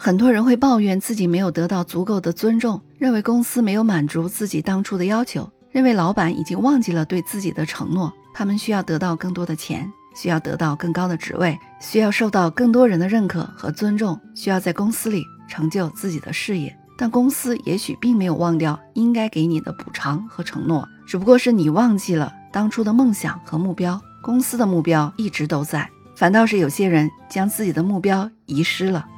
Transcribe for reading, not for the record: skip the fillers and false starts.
很多人会抱怨自己没有得到足够的尊重，认为公司没有满足自己当初的要求，认为老板已经忘记了对自己的承诺，他们需要得到更多的钱，需要得到更高的职位，需要受到更多人的认可和尊重，需要在公司里成就自己的事业。但公司也许并没有忘掉应该给你的补偿和承诺，只不过是你忘记了当初的梦想和目标，公司的目标一直都在，反倒是有些人将自己的目标遗失了。